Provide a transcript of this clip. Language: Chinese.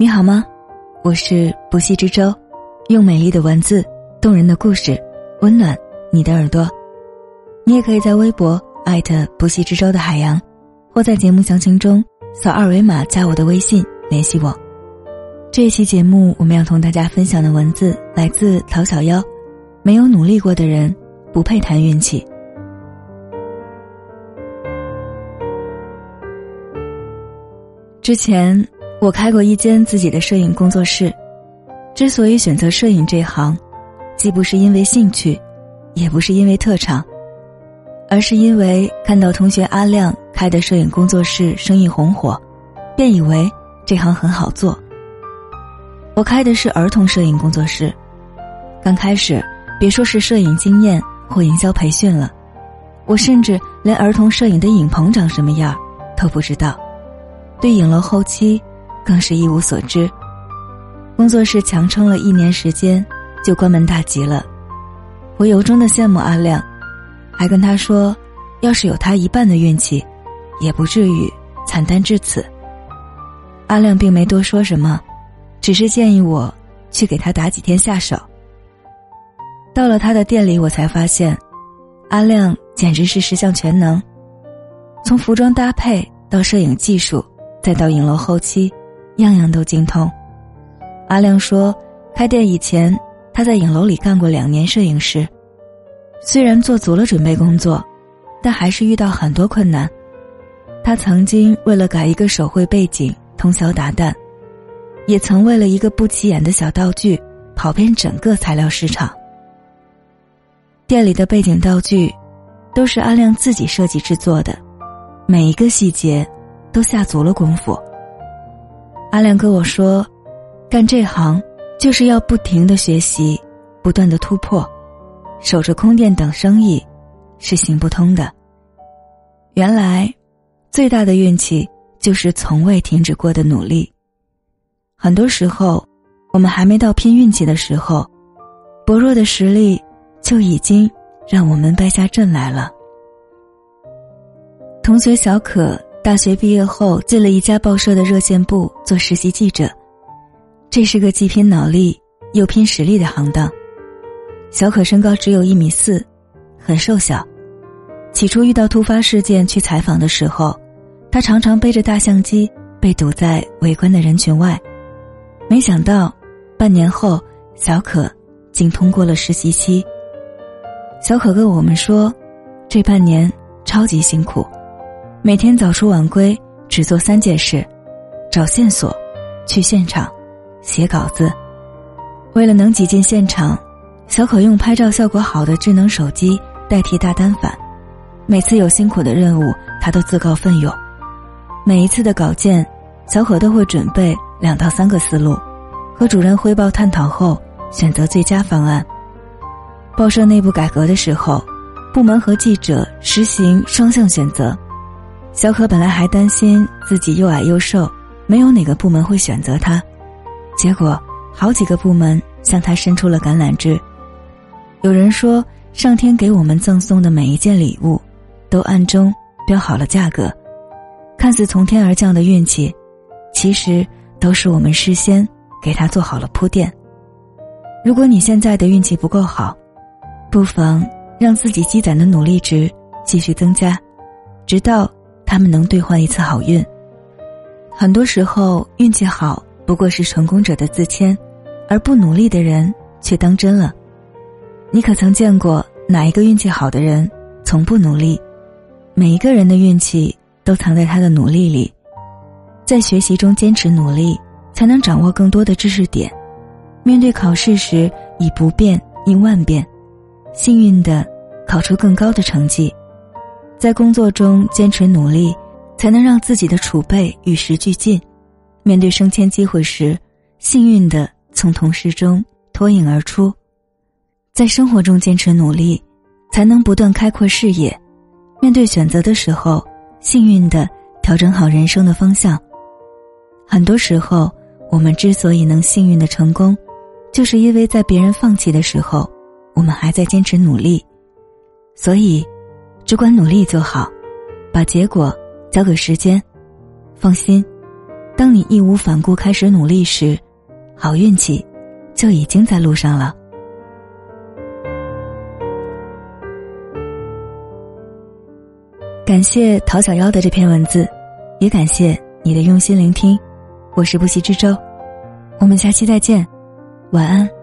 你好吗？我是不息之舟，用美丽的文字、动人的故事温暖你的耳朵。你也可以在微博不息之舟的海洋，或在节目详情中扫二维码加我的微信联系我。这一期节目我们要同大家分享的文字来自曹小妖，没有努力过的人不配谈运气。之前我开过一间自己的摄影工作室，之所以选择摄影这行，既不是因为兴趣，也不是因为特长，而是因为看到同学阿亮开的摄影工作室生意红火，便以为这行很好做。我开的是儿童摄影工作室，刚开始别说是摄影经验或营销培训了，我甚至连儿童摄影的影棚长什么样都不知道，对影楼后期更是一无所知。工作室强撑了1年时间就关门大吉了。我由衷的羡慕阿亮，还跟他说要是有他一半的运气也不至于惨淡至此。阿亮并没多说什么，只是建议我去给他打几天下手。到了他的店里，我才发现阿亮简直是十项全能，从服装搭配到摄影技术再到影楼后期，样样都精通。阿亮说开店以前他在影楼里干过2年摄影师，虽然做足了准备工作，但还是遇到很多困难。他曾经为了改一个手绘背景通宵达旦，也曾为了一个不起眼的小道具跑遍整个材料市场。店里的背景道具都是阿亮自己设计制作的，每一个细节都下足了功夫。阿亮跟我说，干这行就是要不停地学习，不断地突破，守着空店等生意是行不通的。原来最大的运气就是从未停止过的努力。很多时候我们还没到拼运气的时候，薄弱的实力就已经让我们败下阵来了。同学小可大学毕业后进了一家报社的热线部做实习记者，这是个既拼脑力又拼实力的行当。小可身高只有1.4米，很瘦小。起初遇到突发事件去采访的时候，他常常背着大相机被堵在围观的人群外。没想到半年后，小可竟通过了实习期。小可跟我们说，这半年超级辛苦，每天早出晚归，只做3件事：找线索、去现场、写稿子。为了能挤进现场，小可用拍照效果好的智能手机代替大单反，每次有辛苦的任务他都自告奋勇。每一次的稿件，小可都会准备2到3个思路，和主任汇报探讨后选择最佳方案。报社内部改革的时候，部门和记者实行双向选择。小可本来还担心自己又矮又瘦，没有哪个部门会选择他，结果好几个部门向他伸出了橄榄枝。有人说，上天给我们赠送的每一件礼物都暗中标好了价格，看似从天而降的运气，其实都是我们事先给他做好了铺垫。如果你现在的运气不够好，不妨让自己积攒的努力值继续增加，直到他们能兑换一次好运。很多时候运气好不过是成功者的自谦，而不努力的人却当真了。你可曾见过哪一个运气好的人从不努力？每一个人的运气都藏在他的努力里。在学习中坚持努力，才能掌握更多的知识点，面对考试时以不变应万变，幸运地考出更高的成绩。在工作中坚持努力，才能让自己的储备与时俱进，面对升迁机会时，幸运地从同事中脱颖而出。在生活中坚持努力，才能不断开阔视野，面对选择的时候，幸运地调整好人生的方向。很多时候我们之所以能幸运地成功，就是因为在别人放弃的时候，我们还在坚持努力。所以只管努力就好，把结果交给时间。放心， 当你义无反顾开始努力时，好运气就已经在路上了。感谢陶小妖的这篇文字，也感谢你的用心聆听。我是不息之舟，我们下期再见，晚安。